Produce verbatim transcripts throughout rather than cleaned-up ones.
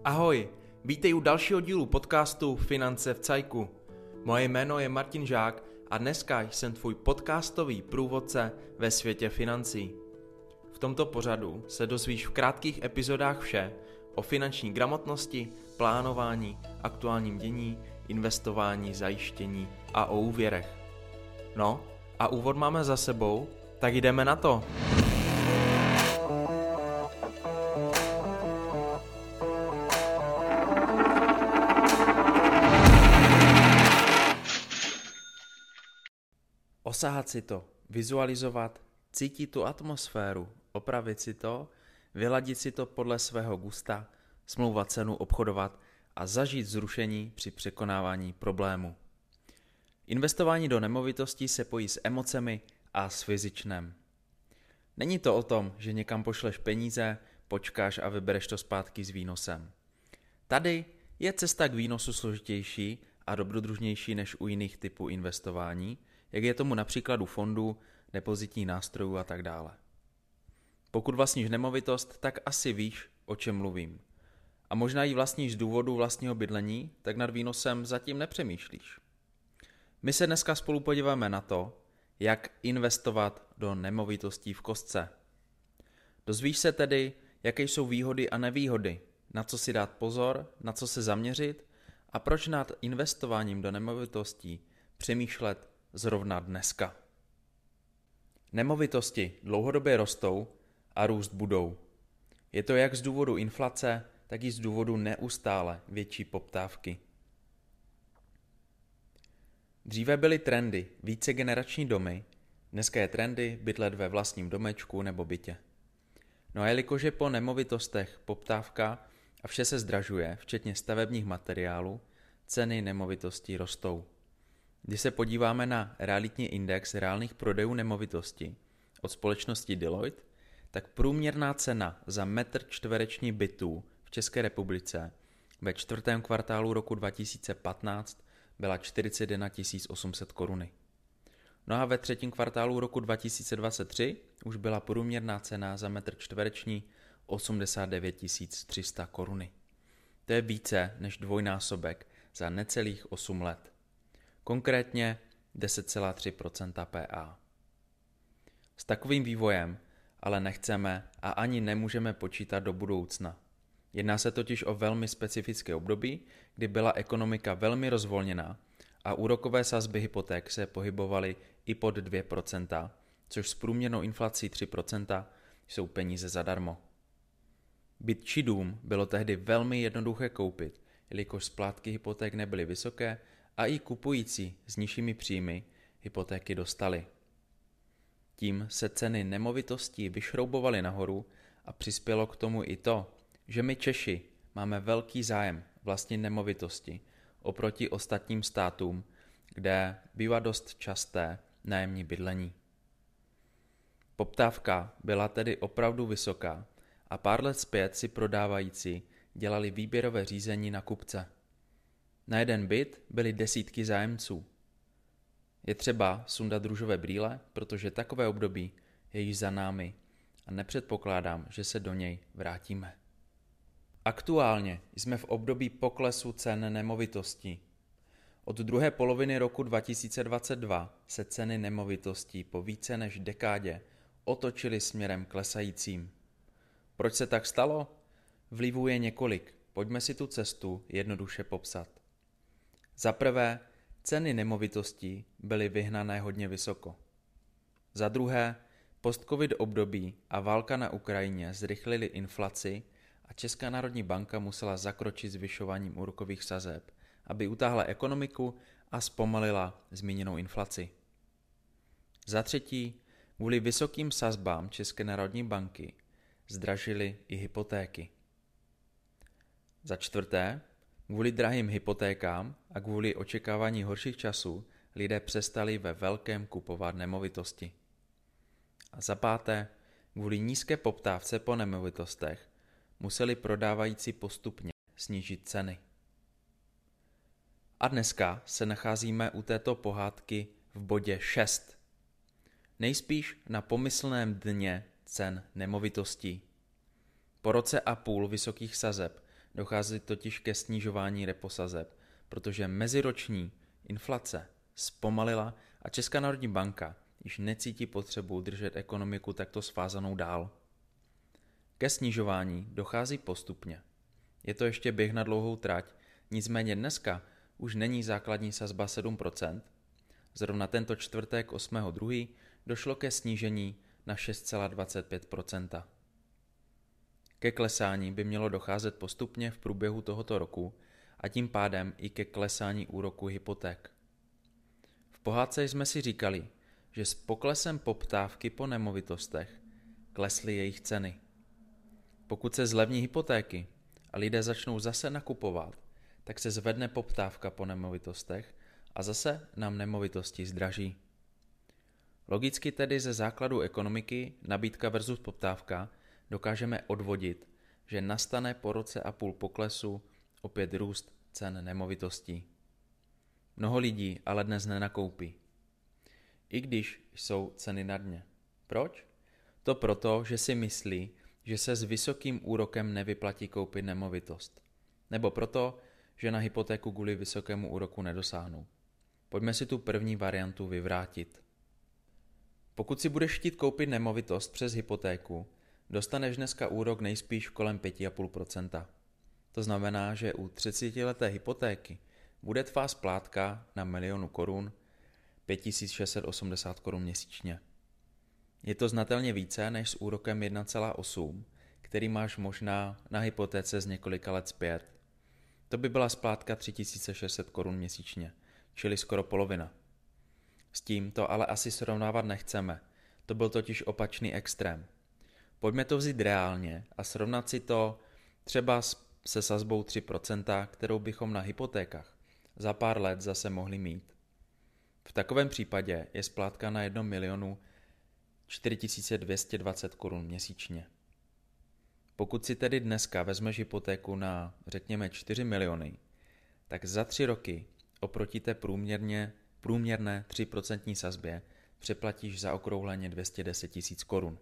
Ahoj, vítej u dalšího dílu podcastu Finance v cajku. Moje jméno je Martin Žák a dneska jsem tvůj podcastový průvodce ve světě financí. V tomto pořadu se dozvíš v krátkých epizodách vše o finanční gramotnosti, plánování, aktuálním dění, investování, zajištění a o úvěrech. No a úvod máme za sebou, tak jdeme na to. Osahat si to, vizualizovat, cítit tu atmosféru, opravit si to, vyladit si to podle svého gusta, smlouvat cenu, obchodovat a zažít zrušení při překonávání problému. Investování do nemovitostí se pojí s emocemi a s fyzičnem. Není to o tom, že někam pošleš peníze, počkáš a vybereš to zpátky s výnosem. Tady je cesta k výnosu složitější a dobrodružnější než u jiných typů investování, jak je tomu například u fondů, depozitních nástrojů a tak dále. Pokud vlastníš nemovitost, tak asi víš, o čem mluvím. A možná ji vlastníš z důvodu vlastního bydlení, tak nad výnosem zatím nepřemýšlíš. My se dneska spolu podíváme na to, jak investovat do nemovitostí v kostce. Dozvíš se tedy, jaké jsou výhody a nevýhody, na co si dát pozor, na co se zaměřit a proč nad investováním do nemovitostí přemýšlet zrovna dneska. Nemovitosti dlouhodobě rostou a růst budou. Je to jak z důvodu inflace, tak i z důvodu neustále větší poptávky. Dříve byly trendy vícegenerační domy, dneska je trendy bydlet ve vlastním domečku nebo bytě. No a jelikož je po nemovitostech poptávka a vše se zdražuje, včetně stavebních materiálů, ceny nemovitostí rostou. Když se podíváme na realitní index reálných prodejů nemovitosti od společnosti Deloitte, tak průměrná cena za metr čtvereční bytů v České republice ve čtvrtém kvartálu roku dva tisíce patnáct byla čtyřicet jedna tisíc osm set koruny. No a ve třetím kvartálu roku dva tisíce dvacet tři už byla průměrná cena za metr čtvereční osmdesát devět tisíc tři sta koruny. To je více než dvojnásobek za necelých osm let. Konkrétně deset celá tři procenta P A. S takovým vývojem ale nechceme a ani nemůžeme počítat do budoucna. Jedná se totiž o velmi specifické období, kdy byla ekonomika velmi rozvolněná a úrokové sazby hypoték se pohybovaly i pod dvě procenta, což s průměrnou inflací tři procenta jsou peníze zadarmo. Byt či dům bylo tehdy velmi jednoduché koupit, jelikož splátky hypoték nebyly vysoké a i kupující s nižšími příjmy hypotéky dostali. Tím se ceny nemovitostí vyšroubovaly nahoru a přispělo k tomu i to, že my Češi máme velký zájem vlastnit nemovitosti oproti ostatním státům, kde bývá dost časté nájemní bydlení. Poptávka byla tedy opravdu vysoká a pár let zpět si prodávající dělali výběrové řízení na kupce. Na jeden byt byly desítky zájemců. Je třeba sundat růžové brýle, protože takové období je již za námi a nepředpokládám, že se do něj vrátíme. Aktuálně jsme v období poklesu cen nemovitostí. Od druhé poloviny roku dva tisíce dvacet dva se ceny nemovitostí po více než dekádě otočily směrem klesajícím. Proč se tak stalo? Vlivů je několik, pojďme si tu cestu jednoduše popsat. Za prvé, ceny nemovitostí byly vyhnané hodně vysoko. Za druhé, post-covid období a válka na Ukrajině zrychlily inflaci a Česká národní banka musela zakročit zvyšováním úrokových sazeb, aby utáhla ekonomiku a zpomalila zmíněnou inflaci. Za třetí, kvůli vysokým sazbám České národní banky zdražily i hypotéky. Za čtvrté, kvůli drahým hypotékám a kvůli očekávání horších časů lidé přestali ve velkém kupovat nemovitosti. A za páté, kvůli nízké poptávce po nemovitostech museli prodávající postupně snížit ceny. A dneska se nacházíme u této pohádky v bodě šest. Nejspíš na pomyslném dně cen nemovitostí. Po roce a půl vysokých sazeb Dochází totiž ke snižování reposazeb, protože meziroční inflace zpomalila a Česká národní banka již necítí potřebu držet ekonomiku takto svázanou dál. Ke snižování dochází postupně. Je to ještě běh na dlouhou trať, nicméně dneska už není základní sazba sedm procent. Zrovna tento čtvrtek osmého druhého došlo ke snížení na šest celá dvacet pět procenta. Ke klesání by mělo docházet postupně v průběhu tohoto roku a tím pádem i ke klesání úroku hypoték. V pohádce jsme si říkali, že s poklesem poptávky po nemovitostech klesly jejich ceny. Pokud se zlevní hypotéky a lidé začnou zase nakupovat, tak se zvedne poptávka po nemovitostech a zase nám nemovitosti zdraží. Logicky tedy ze základu ekonomiky nabídka versus poptávka dokážeme odvodit, že nastane po roce a půl poklesu opět růst cen nemovitostí. Mnoho lidí ale dnes nenakoupí. I když jsou ceny na dně. Proč? To proto, že si myslí, že se s vysokým úrokem nevyplatí koupit nemovitost. Nebo proto, že na hypotéku kvůli vysokému úroku nedosáhnou. Pojďme si tu první variantu vyvrátit. Pokud si budeš chtít koupit nemovitost přes hypotéku, dostaneš dneska úrok nejspíš kolem pět celá pět procenta. To znamená, že u třicetileté hypotéky bude tvá splátka na milionu korun pět tisíc šest set osmdesát korun měsíčně. Je to znatelně více než s úrokem jedna celá osm, který máš možná na hypotéce z několika let zpět. To by byla splátka tři tisíce šest set korun měsíčně, čili skoro polovina. S tím to ale asi srovnávat nechceme, to byl totiž opačný extrém. Pojďme to vzít reálně a srovnat si to třeba se sazbou tři procenta, kterou bychom na hypotékách za pár let zase mohli mít. V takovém případě je splátka na jednom milionu čtyři tisíce dvě stě dvacet korun měsíčně. Pokud si tedy dneska vezmeš hypotéku na, řekněme, čtyři miliony, tak za tři roky oproti té průměrně, průměrné tři procentní sazbě přeplatíš zaokrouhleně dvě stě deset tisíc korun.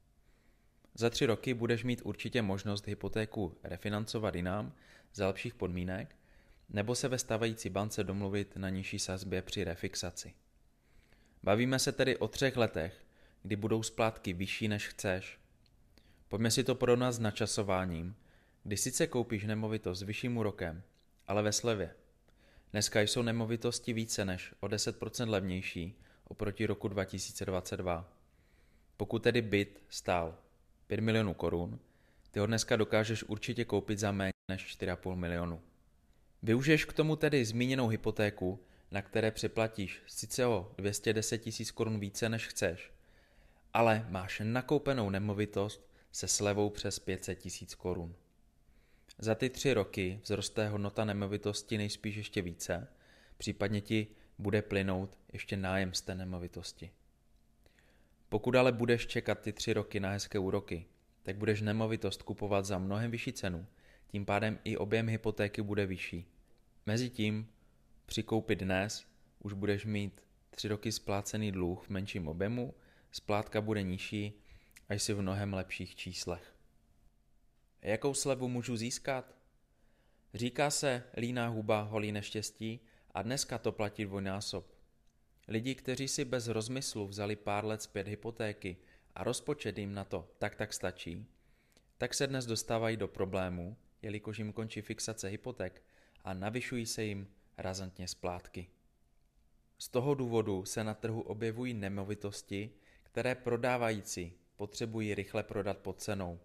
Za tři roky budeš mít určitě možnost hypotéku refinancovat jinam za lepších podmínek, nebo se ve stávající bance domluvit na nižší sazbě při refixaci. Bavíme se tedy o třech letech, kdy budou splátky vyšší než chceš. Pojďme si to porovnat s načasováním, kdy sice koupíš nemovitost s vyšším úrokem, ale ve slevě. Dneska jsou nemovitosti více než o deset procent levnější oproti roku dva tisíce dvacet dva. Pokud tedy byt stál pět milionů korun, ty ho dneska dokážeš určitě koupit za méně než čtyři a půl milionu. Využiješ k tomu tedy zmíněnou hypotéku, na které připlatíš sice o dvě stě deset tisíc korun více než chceš, ale máš nakoupenou nemovitost se slevou přes pět set tisíc korun. Za ty tři roky vzroste hodnota nemovitosti nejspíš ještě více, případně ti bude plynout ještě nájem z té nemovitosti. Pokud ale budeš čekat ty tři roky na hezké úroky, tak budeš nemovitost kupovat za mnohem vyšší cenu, tím pádem i objem hypotéky bude vyšší. Mezitím při koupi dnes už budeš mít tři roky splácený dluh v menším objemu, splátka bude nižší a jsi v mnohem lepších číslech. Jakou slevu můžu získat? Říká se líná huba holí neštěstí a dneska to platí dvojnásob. Lidi, kteří si bez rozmyslu vzali pár let zpět hypotéky a rozpočet jim na to tak tak stačí, tak se dnes dostávají do problémů, jelikož jim končí fixace hypoték a navyšují se jim razantně splátky. Z toho důvodu se na trhu objevují nemovitosti, které prodávající potřebují rychle prodat pod cenou.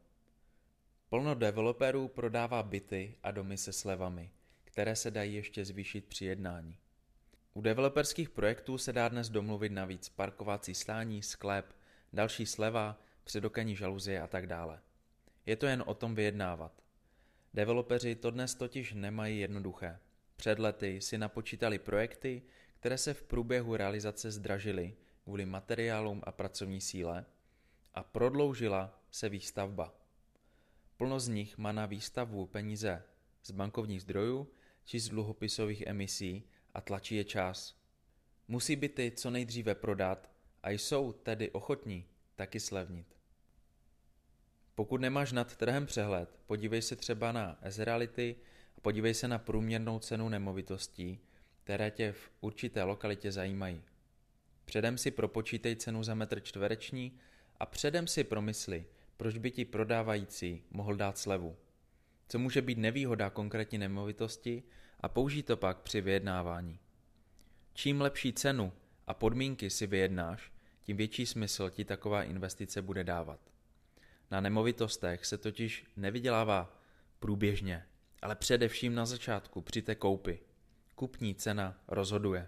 Plno developerů prodává byty a domy se slevami, které se dají ještě zvýšit při jednání. U developerských projektů se dá dnes domluvit navíc parkovací stání, sklep, další sleva, předokení žaluzie a tak dále. Je to jen o tom vyjednávat. Developeři to dnes totiž nemají jednoduché. Před lety si napočítali projekty, které se v průběhu realizace zdražily kvůli materiálům a pracovní síle a prodloužila se výstavba. Plno z nich má na výstavbu peníze z bankovních zdrojů či z dluhopisových emisí a tlačí je čas. Musí byty co nejdříve prodat a jsou tedy ochotní taky slevnit. Pokud nemáš nad trhem přehled, podívej se třeba na Ezreality a podívej se na průměrnou cenu nemovitostí, které tě v určité lokalitě zajímají. Předem si propočítej cenu za metr čtvereční a předem si promysli, proč by ti prodávající mohl dát slevu. Co může být nevýhoda konkrétní nemovitosti a použij to pak při vyjednávání. Čím lepší cenu a podmínky si vyjednáš, tím větší smysl ti taková investice bude dávat. Na nemovitostech se totiž nevydělává průběžně, ale především na začátku při té koupi. Kupní cena rozhoduje.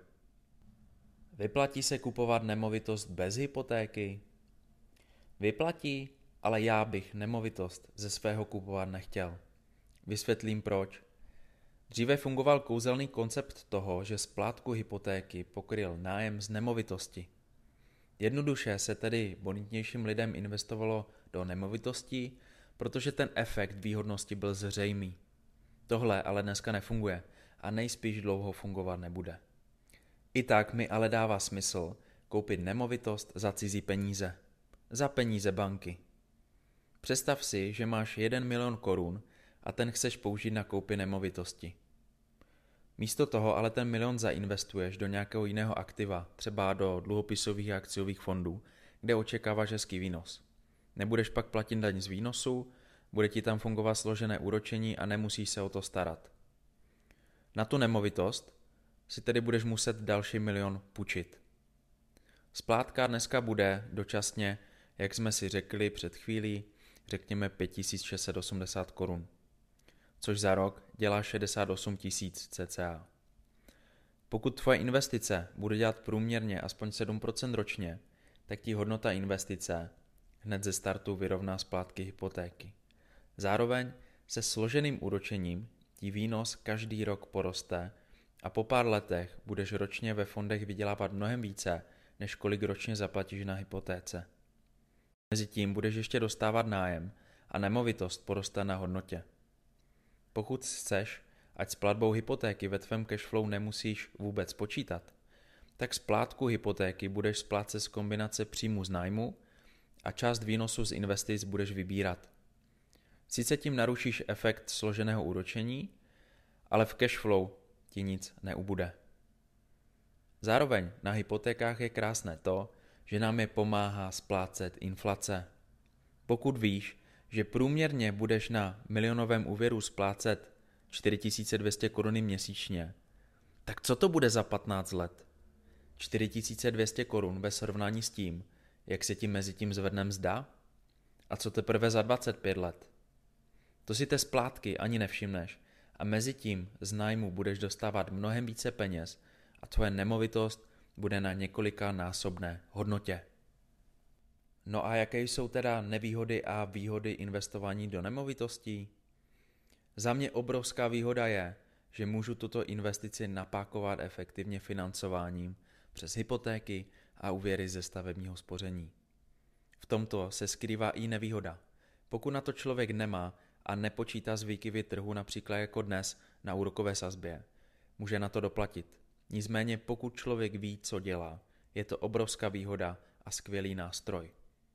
Vyplatí se kupovat nemovitost bez hypotéky? Vyplatí, ale já bych nemovitost ze svého kupovat nechtěl. Vysvětlím proč. Dříve fungoval kouzelný koncept toho, že splátku hypotéky pokryl nájem z nemovitosti. Jednoduše se tedy bonitnějším lidem investovalo do nemovitostí, protože ten efekt výhodnosti byl zřejmý. Tohle ale dneska nefunguje a nejspíš dlouho fungovat nebude. I tak mi ale dává smysl koupit nemovitost za cizí peníze. Za peníze banky. Představ si, že máš jeden milion korun a ten chceš použít na koupi nemovitosti. Místo toho ale ten milion zainvestuješ do nějakého jiného aktiva, třeba do dluhopisových a akciových fondů, kde očekáváš hezký výnos. Nebudeš pak platit daň z výnosu, bude ti tam fungovat složené úročení a nemusíš se o to starat. Na tu nemovitost si tedy budeš muset další milion půjčit. Splátka dneska bude dočasně, jak jsme si řekli před chvílí, řekněme pět tisíc šest set osmdesát korun, což za rok dělá šedesát osm tisíc cca. Pokud tvoje investice bude dělat průměrně aspoň sedm procent ročně, tak ti hodnota investice hned ze startu vyrovná splátky hypotéky. Zároveň se složeným úročením ti výnos každý rok poroste a po pár letech budeš ročně ve fondech vydělávat mnohem více, než kolik ročně zaplatíš na hypotéce. Mezitím budeš ještě dostávat nájem a nemovitost poroste na hodnotě. Pokud chceš, ať s platbou hypotéky ve tvém cashflow nemusíš vůbec počítat, tak splátku hypotéky budeš splácet z kombinace příjmu z nájmu a část výnosu z investic budeš vybírat. Sice tím narušíš efekt složeného úročení, ale v cashflow ti nic neubude. Zároveň na hypotékách je krásné to, že nám je pomáhá splácet inflace. Pokud víš, že průměrně budeš na milionovém úvěru splácet čtyři tisíce dvě stě koruny měsíčně, tak co to bude za patnáct let? čtyři tisíce dvě stě korun ve srovnání s tím, jak se ti mezi tím zvedne mzda? A co teprve za dvacet pět let? To si té splátky ani nevšimneš a mezi tím z nájmu budeš dostávat mnohem více peněz a tvoje nemovitost bude na několika násobné hodnotě. No a jaké jsou teda nevýhody a výhody investování do nemovitostí? Za mě obrovská výhoda je, že můžu tuto investici napákovat efektivně financováním přes hypotéky a úvěry ze stavebního spoření. V tomto se skrývá i nevýhoda. Pokud na to člověk nemá a nepočítá s výkyvy trhu například jako dnes na úrokové sazbě, může na to doplatit. Nicméně pokud člověk ví, co dělá, je to obrovská výhoda a skvělý nástroj.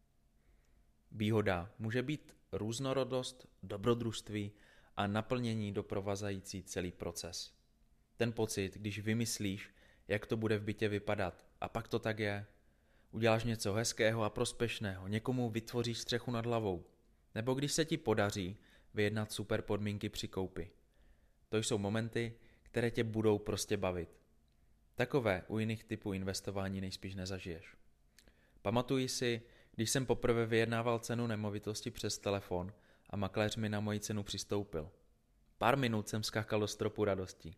Výhoda může být různorodost, dobrodružství a naplnění doprovázející celý proces. Ten pocit, když vymyslíš, jak to bude v bytě vypadat a pak to tak je. Uděláš něco hezkého a prospěšného, někomu vytvoříš střechu nad hlavou. Nebo když se ti podaří vyjednat super podmínky při koupi. To jsou momenty, které tě budou prostě bavit. Takové u jiných typů investování nejspíš nezažiješ. Pamatuji si, když jsem poprvé vyjednával cenu nemovitosti přes telefon a makléř mi na moji cenu přistoupil. Pár minut jsem skákal do stropu radostí.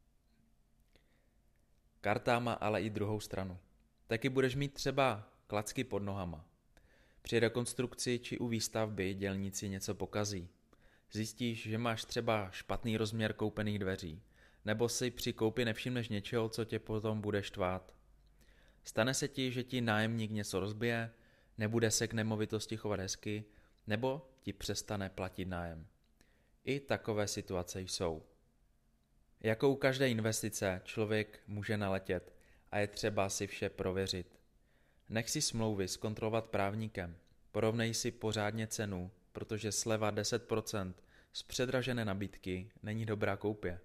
Karta má ale i druhou stranu. Taky budeš mít třeba klacky pod nohama. Při rekonstrukci či u výstavby dělníci něco pokazí. Zjistíš, že máš třeba špatný rozměr koupených dveří, nebo si při koupi nevšimneš něčeho, co tě potom bude štvát. Stane se ti, že ti nájemník něco rozbije, nebude se k nemovitosti chovat hezky, nebo ti přestane platit nájem. I takové situace jsou. Jako u každé investice člověk může naletět a je třeba si vše prověřit. Nech si smlouvy zkontrolovat právníkem, porovnej si pořádně cenu, protože sleva deset procent z předražené nabídky není dobrá koupě.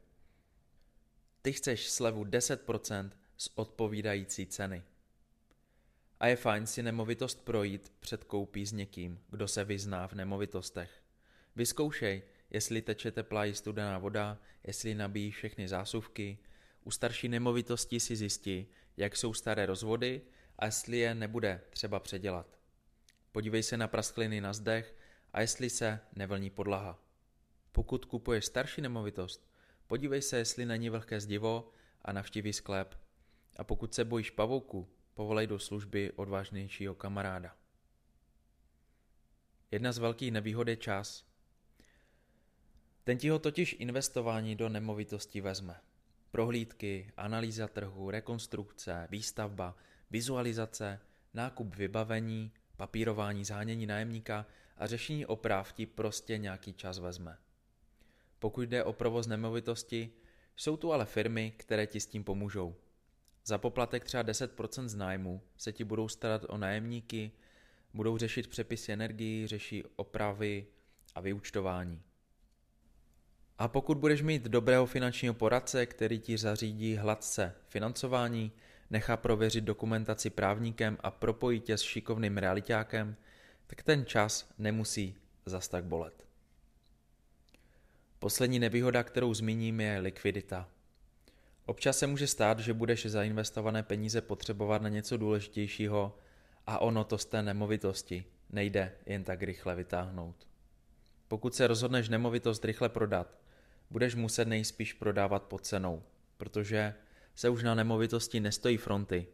Ty chceš slevu deset procent z odpovídající ceny. A je fajn si nemovitost projít před koupí s někým, kdo se vyzná v nemovitostech. Vyzkoušej, jestli teče teplá i studená voda, jestli nabíjí všechny zásuvky. U starší nemovitosti si zjistí, jak jsou staré rozvody a jestli je nebude třeba předělat. Podívej se na praskliny na zdech a jestli se nevlní podlaha. Pokud kupuješ starší nemovitost, podívej se, jestli není vlhké zdivo a navštíví sklep. A pokud se bojíš pavouků, povolej do služby odvážnějšího kamaráda. Jedna z velkých nevýhod je čas. Ten ti ho totiž investování do nemovitostí vezme. Prohlídky, analýza trhu, rekonstrukce, výstavba, vizualizace, nákup vybavení, papírování, zhánění nájemníka a řešení oprav ti prostě nějaký čas vezme. Pokud jde o provoz nemovitosti, jsou tu ale firmy, které ti s tím pomůžou. Za poplatek třeba deset procent z nájmu se ti budou starat o nájemníky, budou řešit přepisy energií, řeší opravy a vyúčtování. A pokud budeš mít dobrého finančního poradce, který ti zařídí hladce financování, nechá prověřit dokumentaci právníkem a propojí tě s šikovným realiťákem, tak ten čas nemusí zas tak bolet. Poslední nevýhoda, kterou zmíním, je likvidita. Občas se může stát, že budeš zainvestované peníze potřebovat na něco důležitějšího a ono to z té nemovitosti nejde jen tak rychle vytáhnout. Pokud se rozhodneš nemovitost rychle prodat, budeš muset nejspíš prodávat pod cenou, protože se už na nemovitosti nestojí fronty.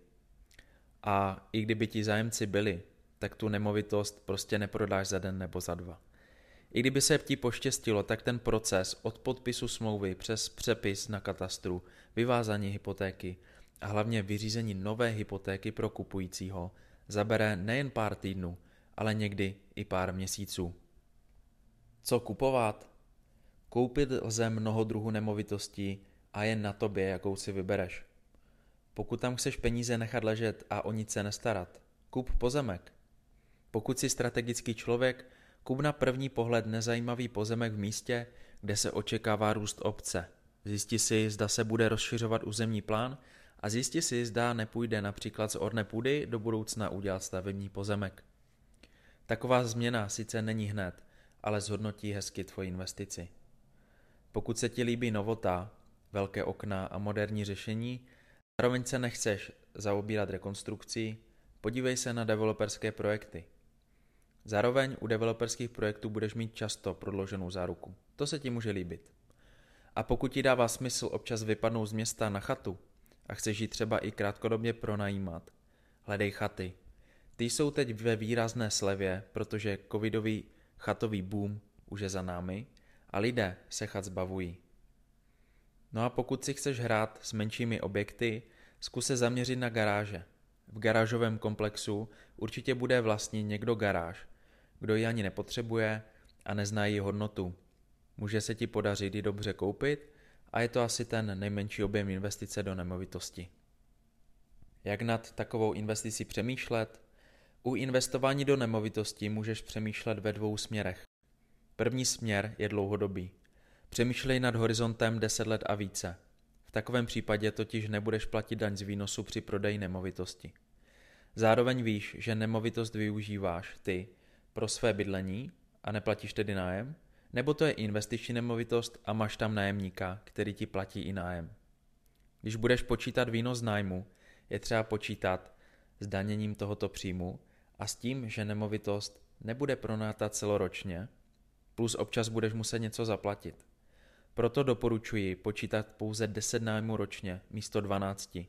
A i kdyby ti zájemci byli, tak tu nemovitost prostě neprodáš za den nebo za dva. I kdyby se ti poštěstilo, tak ten proces od podpisu smlouvy přes přepis na katastru, vyvázání hypotéky a hlavně vyřízení nové hypotéky pro kupujícího zabere nejen pár týdnů, ale někdy i pár měsíců. Co kupovat? Koupit lze mnoho druhů nemovitostí a jen na tobě, jakou si vybereš. Pokud tam chceš peníze nechat ležet a o nic se nestarat, kup pozemek. Pokud jsi strategický člověk, kup na první pohled nezajímavý pozemek v místě, kde se očekává růst obce. Zjisti si, zda se bude rozšiřovat územní plán a zjisti si, zda nepůjde například z orné půdy do budoucna udělat stavební pozemek. Taková změna sice není hned, ale zhodnotí hezky tvoji investici. Pokud se ti líbí novota, velké okna a moderní řešení, zároveň se nechceš zaobírat rekonstrukcí, podívej se na developerské projekty. Zároveň u developerských projektů budeš mít často prodlouženou záruku. To se ti může líbit. A pokud ti dává smysl občas vypadnout z města na chatu a chceš ji třeba i krátkodobě pronajímat, hledej chaty. Ty jsou teď ve výrazné slevě, protože covidový chatový boom už je za námi a lidé se chat zbavují. No a pokud si chceš hrát s menšími objekty, zkus se zaměřit na garáže. V garážovém komplexu určitě bude vlastnit někdo garáž, kdo ji ani nepotřebuje a nezná její hodnotu. Může se ti podařit ji dobře koupit a je to asi ten nejmenší objem investice do nemovitosti. Jak nad takovou investicí přemýšlet? U investování do nemovitosti můžeš přemýšlet ve dvou směrech. První směr je dlouhodobý. Přemýšlej nad horizontem deset let a více. V takovém případě totiž nebudeš platit daň z výnosu při prodeji nemovitosti. Zároveň víš, že nemovitost využíváš ty pro své bydlení a neplatíš tedy nájem, nebo to je investiční nemovitost a máš tam nájemníka, který ti platí i nájem. Když budeš počítat výnos z nájmu, je třeba počítat s daněním tohoto příjmu a s tím, že nemovitost nebude pronáta celoročně, plus občas budeš muset něco zaplatit. Proto doporučuji počítat pouze deset nájmů ročně místo dvanácti.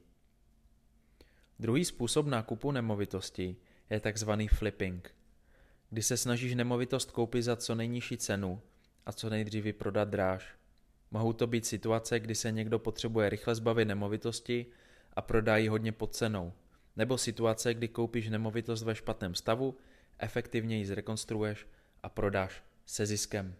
Druhý způsob nákupu nemovitosti je takzvaný flipping, kdy se snažíš nemovitost koupit za co nejnižší cenu a co nejdříve prodat dráž. Mohou to být situace, kdy se někdo potřebuje rychle zbavit nemovitosti a prodá ji hodně pod cenou, nebo situace, kdy koupíš nemovitost ve špatném stavu, efektivně ji zrekonstruuješ a prodáš se ziskem.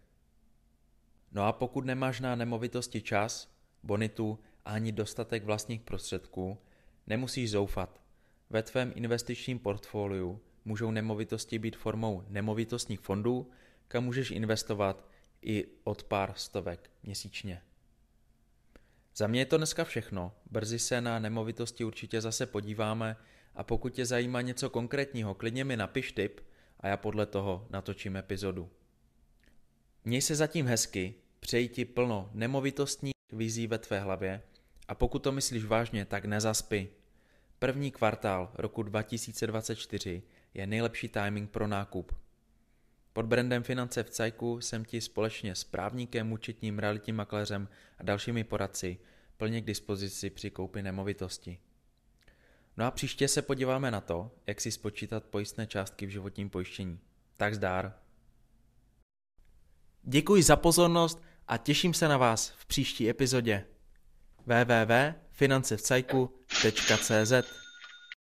No a pokud nemáš na nemovitosti čas, bonitu a ani dostatek vlastních prostředků, nemusíš zoufat. Ve tvém investičním portfoliu můžou nemovitosti být formou nemovitostních fondů kam můžeš investovat i od pár stovek měsíčně. Za mě je to dneska všechno, brzy se na nemovitosti určitě zase podíváme a pokud tě zajímá něco konkrétního, klidně mi napiš tip a já podle toho natočím epizodu. Měj se zatím hezky, přeji ti plno nemovitostních vizí ve tvé hlavě a pokud to myslíš vážně, tak nezaspí. První kvartál roku dva tisíce dvacet čtyři je nejlepší timing pro nákup. Pod brandem Finance v Cajku jsem ti společně s právníkem, účetním, realitním makléřem a dalšími poradci plně k dispozici při koupi nemovitosti. No a příště se podíváme na to, jak si spočítat pojistné částky v životním pojištění. Tak zdar. Děkuji za pozornost a těším se na vás v příští epizodě. w w w tečka finance v cajku tečka c z